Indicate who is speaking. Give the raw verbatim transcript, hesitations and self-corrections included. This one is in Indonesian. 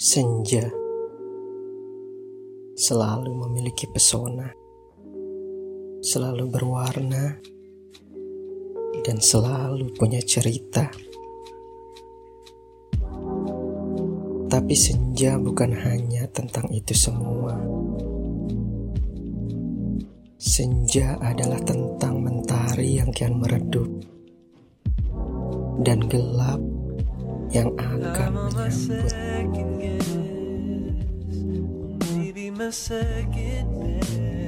Speaker 1: Senja selalu memiliki pesona, selalu berwarna, dan selalu punya cerita. Tapi senja bukan hanya tentang itu semua. Senja adalah tentang mentari yang kian meredup dan gelap yang akan menyambut.
Speaker 2: My second best.